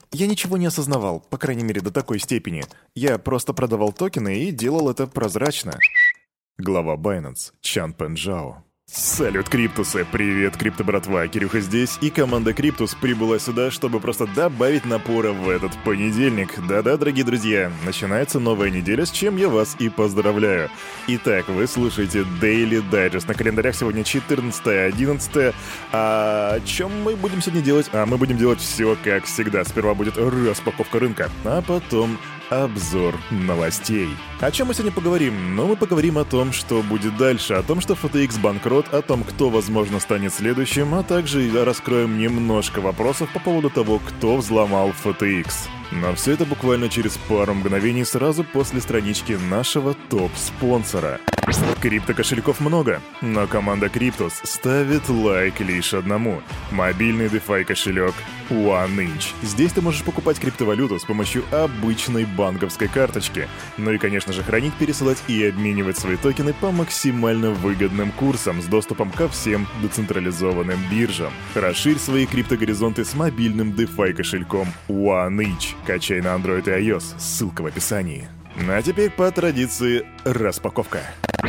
Я ничего не осознавал, по крайней мере до такой степени. Я просто продавал токены и делал это прозрачно. Глава Binance Чан Пенджао. Салют, Криптусы! Привет, крипто-братва! Кирюха здесь, и команда Криптус прибыла сюда, чтобы просто добавить напора в этот понедельник. Да-да, дорогие друзья, начинается новая неделя, с чем я вас и поздравляю. Итак, вы слушаете Daily Digest. На календарях сегодня 14-11. А чем мы будем сегодня делать? Мы будем делать все как всегда. Сперва будет распаковка рынка, а потом обзор новостей. О чем мы сегодня поговорим? Мы поговорим о том, что будет дальше, о том, что FTX банкрот, о том, кто, возможно, станет следующим, а также раскроем немножко вопросов по поводу того, кто взломал FTX. Но все это буквально через пару мгновений сразу после странички нашего топ-спонсора. Крипто-кошельков много, но команда Криптус ставит лайк лишь одному. Мобильный DeFi кошелек OneInch. Здесь ты можешь покупать криптовалюту с помощью обычной банковской карточки. Ну и, конечно же, хранить, пересылать и обменивать свои токены по максимально выгодным курсам с доступом ко всем децентрализованным биржам. Расширь свои криптогоризонты с мобильным DeFi кошельком OneInch. Качай на Android и iOS, ссылка в описании. А теперь по традиции распаковка.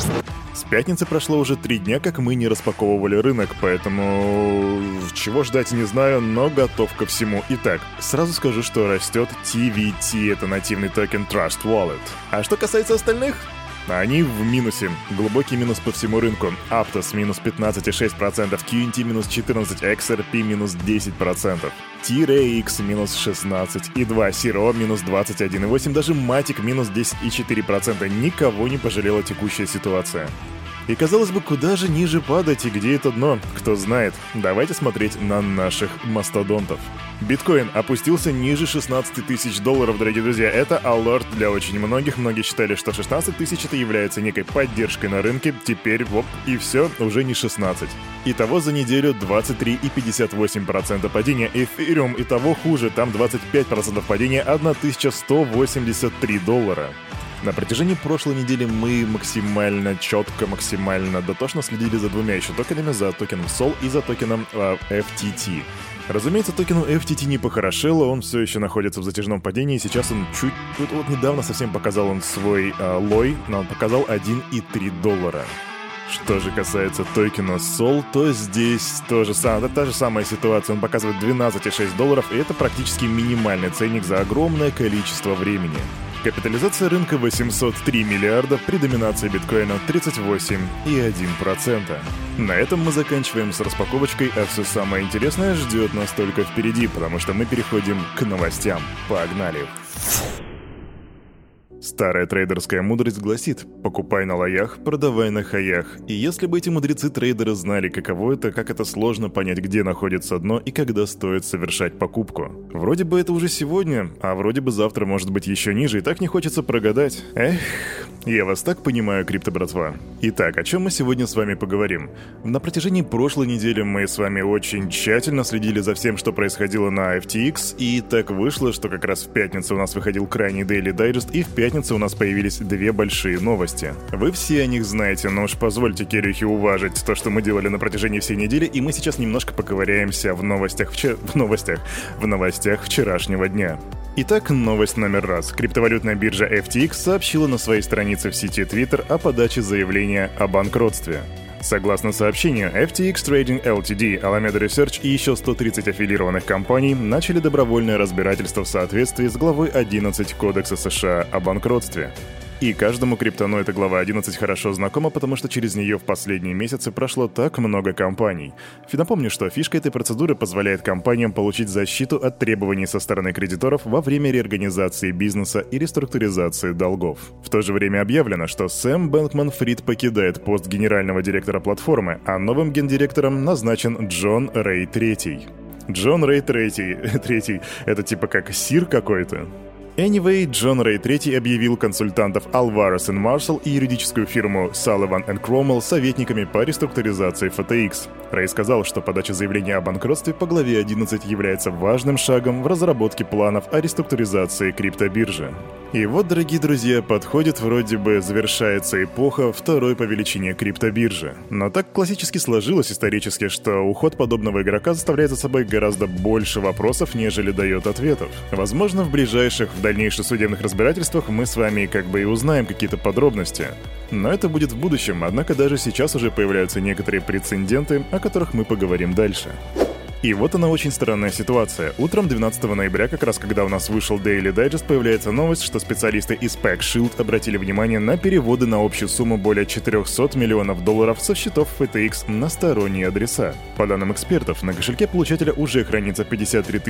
С пятницы прошло уже 3 дня, как мы не распаковывали рынок, поэтому чего ждать не знаю, но готов ко всему. Итак, сразу скажу, что растет TVT, это нативный токен Trust Wallet. А что касается остальных, они в минусе. Глубокий минус по всему рынку. Aptos минус 15,6%, QNT минус 14%, XRP минус 10%, T-Rex минус 16,2%, Zero минус 21,8%, даже Matic минус 10,4%. Никого не пожалела текущая ситуация. И казалось бы, куда же ниже падать и где это дно? Кто знает. Давайте смотреть на наших мастодонтов. Биткоин опустился ниже 16 тысяч долларов, дорогие друзья. Это алерт для очень многих. Многие считали, что 16 тысяч это является некой поддержкой на рынке. Теперь, и все, уже не 16. Итого за неделю 23,58% падения. Эфириум и того хуже, там 25% падения, 1183 доллара. На протяжении прошлой недели мы максимально четко, максимально дотошно следили за двумя еще токенами, за токеном SOL и за токеном FTT. Разумеется, токену FTT не похорошело, он все еще находится в затяжном падении, сейчас он чуть... Вот недавно совсем показал он свой лой, но он показал 1,3 доллара. Что же касается токена SOL, то здесь та же самая ситуация. Он показывает 12,6 долларов, и это практически минимальный ценник за огромное количество времени. Капитализация рынка 803 миллиарда, при доминации биткоина 38,1%. На этом мы заканчиваем с распаковочкой, а все самое интересное ждет нас только впереди, потому что мы переходим к новостям. Погнали! Старая трейдерская мудрость гласит: покупай на лоях, продавай на хаях. И если бы эти мудрецы-трейдеры знали, каково это, как это сложно понять, где находится дно и когда стоит совершать покупку. Вроде бы это уже сегодня, а вроде бы завтра может быть еще ниже, и так не хочется прогадать. Я вас так понимаю, крипто-братва. Итак, о чем мы сегодня с вами поговорим? На протяжении прошлой недели мы с вами очень тщательно следили за всем, что происходило на FTX, и так вышло, что как раз в пятницу у нас выходил крайний Daily Digest, и в пятницу у нас появились 2 большие новости. Вы все о них знаете, но уж позвольте Кирюхе уважить то, что мы делали на протяжении всей недели, и мы сейчас немножко поковыряемся в новостях вчерашнего дня. Итак, новость номер 1. Криптовалютная биржа FTX сообщила на своей странице в сети Twitter о подаче заявления о банкротстве. Согласно сообщению, FTX Trading Ltd, Alameda Research и еще 130 аффилированных компаний начали добровольное разбирательство в соответствии с главой 11 Кодекса США о банкротстве. И каждому криптону эта глава 11 хорошо знакома, потому что через нее в последние месяцы прошло так много компаний. Напомню, что фишка этой процедуры позволяет компаниям получить защиту от требований со стороны кредиторов во время реорганизации бизнеса и реструктуризации долгов. В то же время объявлено, что Сэм Бэнкман-Фрид покидает пост генерального директора платформы, а новым гендиректором назначен Джон Рэй III. Джон Рэй III — это типа как сир какой-то. Anyway, Джон Рэй III объявил консультантов Alvarez & Marshall и юридическую фирму Sullivan & Cromwell советниками по реструктуризации FTX. Рэй сказал, что подача заявления о банкротстве по главе 11 является важным шагом в разработке планов о реструктуризации криптобиржи. И вот, дорогие друзья, подходит вроде бы завершается эпоха второй по величине криптобиржи. Но так классически сложилось исторически, что уход подобного игрока заставляет за собой гораздо больше вопросов, нежели дает ответов. Возможно, в дальнейших судебных разбирательствах мы с вами как бы и узнаем какие-то подробности. Но это будет в будущем, однако даже сейчас уже появляются некоторые прецеденты, о которых мы поговорим дальше. И вот она очень странная ситуация. Утром 12 ноября, как раз когда у нас вышел Daily Digest, появляется новость, что специалисты из PackShield обратили внимание на переводы на общую сумму более $400 миллионов со счетов FTX на сторонние адреса. По данным экспертов, на кошельке получателя уже хранится 53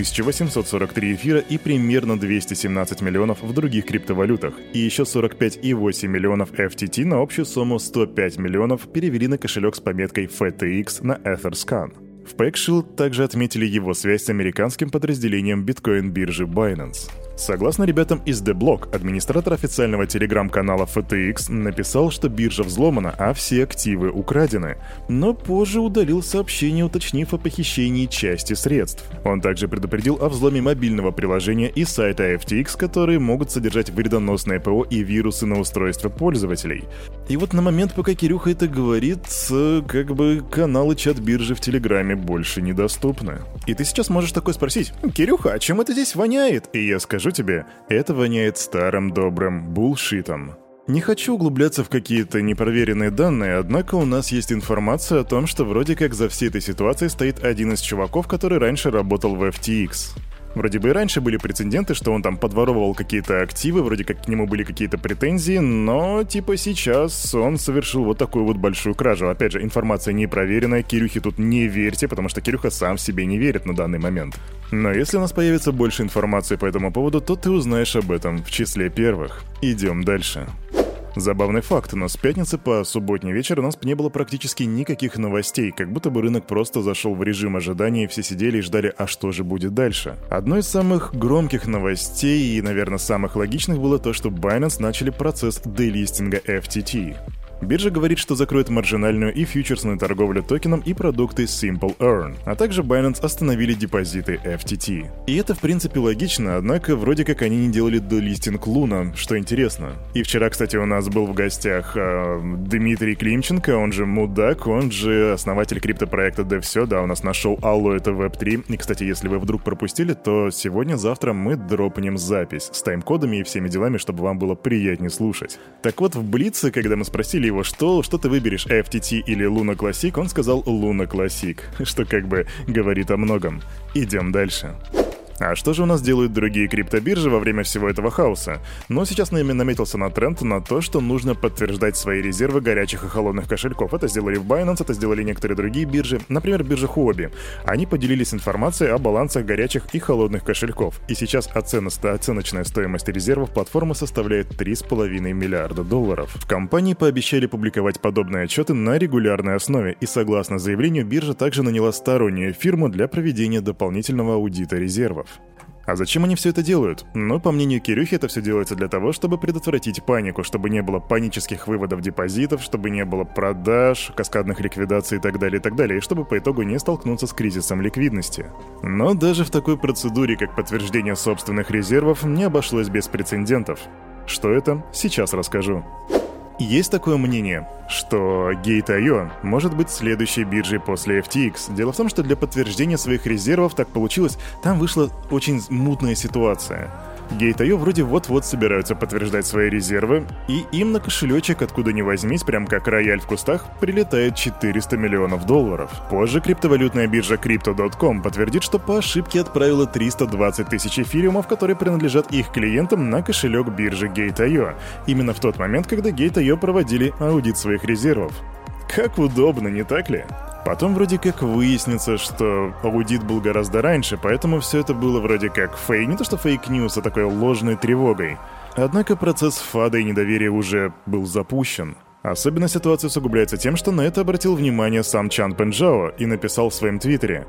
843 эфира и примерно 217 миллионов в других криптовалютах. И еще 45,8 миллионов FTT на общую сумму 105 миллионов перевели на кошелек с пометкой FTX на Etherscan. В PackShield также отметили его связь с американским подразделением биткоин-биржи Binance. Согласно ребятам из The Block, администратор официального телеграм-канала FTX написал, что биржа взломана, а все активы украдены, но позже удалил сообщение, уточнив о похищении части средств. Он также предупредил о взломе мобильного приложения и сайта FTX, которые могут содержать вредоносное ПО и вирусы на устройства пользователей. И вот на момент, пока Кирюха это говорит, как бы каналы чат биржи в Телеграме больше недоступны. И ты сейчас можешь такой спросить: «Кирюха, а чем это здесь воняет?» И я скажу тебе, это воняет старым добрым булшитом. Не хочу углубляться в какие-то непроверенные данные, однако у нас есть информация о том, что вроде как за всей этой ситуацией стоит один из чуваков, который раньше работал в FTX. Вроде бы и раньше были прецеденты, что он там подворовывал какие-то активы, вроде как к нему были какие-то претензии, но типа сейчас он совершил вот такую вот большую кражу. Опять же, информация непроверенная, Кирюхе тут не верьте, потому что Кирюха сам себе не верит на данный момент. Но если у нас появится больше информации по этому поводу, то ты узнаешь об этом в числе первых. Идем дальше. Забавный факт, но с пятницы по субботний вечер у нас не было практически никаких новостей, как будто бы рынок просто зашел в режим ожидания, и все сидели и ждали, а что же будет дальше. Одной из самых громких новостей и, наверное, самых логичных было то, что Binance начали процесс делистинга FTT. Биржа говорит, что закроет маржинальную и фьючерсную торговлю токеном и продукты Simple Earn, а также Binance остановили депозиты FTT. И это в принципе логично, однако вроде как они не делали делистинг Luna, что интересно. И вчера, кстати, у нас был в гостях Дмитрий Климченко, он же Мудак, он же основатель криптопроекта DevSё, да, у нас на шоу Алло, это Web3. И, кстати, если вы вдруг пропустили, то сегодня-завтра мы дропнем запись с тайм-кодами и всеми делами, чтобы вам было приятнее слушать. Так вот, в Блице, когда мы спросили его, что ты выберешь, FTT или Luna Classic, он сказал Luna Classic, что как бы говорит о многом. Идем дальше. А что же у нас делают другие криптобиржи во время всего этого хаоса? Но сейчас наметился на тренд на то, что нужно подтверждать свои резервы горячих и холодных кошельков. Это сделали в Binance, это сделали некоторые другие биржи, например, биржа Huobi. Они поделились информацией о балансах горячих и холодных кошельков. И сейчас оценочная стоимость резервов платформы составляет $3,5 миллиарда. В компании пообещали публиковать подобные отчеты на регулярной основе, и согласно заявлению, биржа также наняла стороннюю фирму для проведения дополнительного аудита резервов. А зачем они все это делают? Ну, по мнению Кирюхи, это все делается для того, чтобы предотвратить панику, чтобы не было панических выводов депозитов, чтобы не было продаж, каскадных ликвидаций и так далее, и чтобы по итогу не столкнуться с кризисом ликвидности. Но даже в такой процедуре, как подтверждение собственных резервов, не обошлось без прецедентов. Что это? Сейчас расскажу. Есть такое мнение, что Gate.io может быть следующей биржей после FTX. Дело в том, что для подтверждения своих резервов так получилось, там вышла очень мутная ситуация. Gate.io вроде вот-вот собираются подтверждать свои резервы, и им на кошелечек, откуда ни возьмись, прям как рояль в кустах, прилетает $400 миллионов. Позже криптовалютная биржа Crypto.com подтвердит, что по ошибке отправила 320 тысяч эфириумов, которые принадлежат их клиентам, на кошелек биржи Gate.io. Именно в тот момент, когда Gate.io проводили аудит своих резервов. Как удобно, не так ли? Потом вроде как выяснится, что аудит был гораздо раньше, поэтому все это было вроде как не то что фейк-ньюс, а такой ложной тревогой. Однако процесс фада и недоверия уже был запущен. Особенно ситуация усугубляется тем, что на это обратил внимание сам Чан Пенджао и написал в своем твиттере: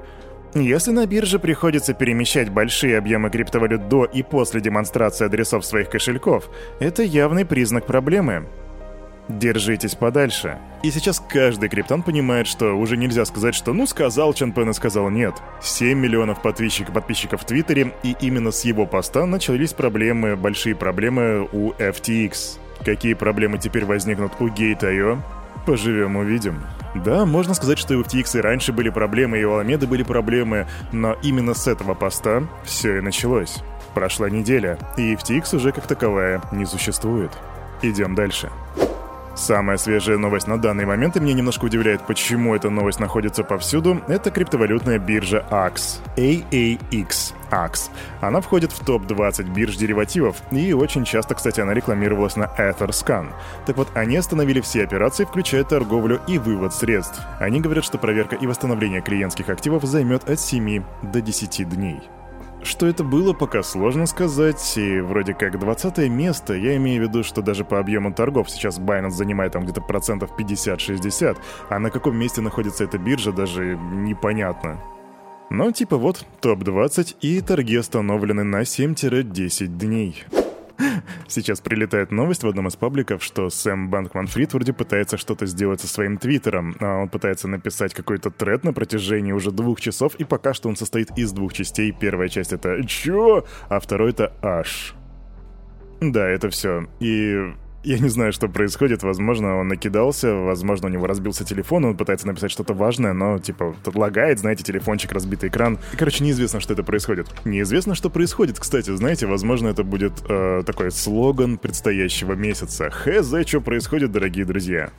Если на бирже приходится перемещать большие объемы криптовалют до и после демонстрации адресов своих кошельков, это явный признак проблемы. Держитесь подальше. И сейчас каждый криптон понимает, что уже нельзя сказать, что сказал Чан Пен и сказал нет. 7 миллионов подписчиков в Твиттере, и именно с его поста начались проблемы, большие проблемы у FTX. Какие проблемы теперь возникнут у Gate.io? Поживем, увидим. Да, можно сказать, что и у FTX и раньше были проблемы, и у Alameda были проблемы, но именно с этого поста все и началось. Прошла неделя, и FTX уже как таковая не существует. Идем дальше. Самая свежая новость на данный момент, и меня немножко удивляет, почему эта новость находится повсюду, это криптовалютная биржа AX. AAX. AX. Она входит в топ-20 бирж деривативов, и очень часто, кстати, она рекламировалась на Etherscan. Так вот, они остановили все операции, включая торговлю и вывод средств. Они говорят, что проверка и восстановление клиентских активов займет от 7 до 10 дней. Что это было, пока сложно сказать, и вроде как 20-е место, я имею в виду, что даже по объему торгов сейчас Binance занимает там где-то процентов 50-60, а на каком месте находится эта биржа, даже непонятно. Но типа вот, топ-20, и торги остановлены на 7-10 дней. Сейчас прилетает новость в одном из пабликов, что Сэм Бэнкман-Фрид вроде пытается что-то сделать со своим твиттером. Он пытается написать какой-то тред на протяжении уже 2 часов, и пока что он состоит из 2 частей. Первая часть — это «Чё?», а второй — это «Аш». Да, это все. И я не знаю, что происходит. Возможно, он накидался, возможно, у него разбился телефон, он пытается написать что-то важное, но, типа, тут лагает, знаете, телефончик, разбитый экран. Короче, неизвестно, что это происходит. Неизвестно, что происходит, кстати, знаете, возможно, это будет такой слоган предстоящего месяца. Хз, что происходит, дорогие друзья.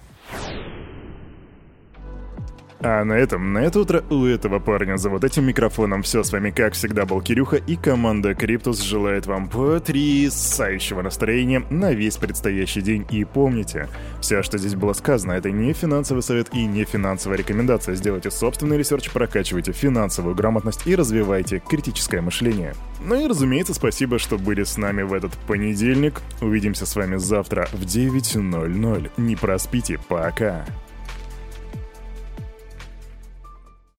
А на это утро у этого парня за вот этим микрофоном все. С вами, как всегда, был Кирюха, и команда Криптус желает вам потрясающего настроения на весь предстоящий день. И помните, все, что здесь было сказано, это не финансовый совет и не финансовая рекомендация. Сделайте собственный ресерч, прокачивайте финансовую грамотность и развивайте критическое мышление. Ну и, разумеется, спасибо, что были с нами в этот понедельник. Увидимся с вами завтра в 9:00. Не проспите, пока.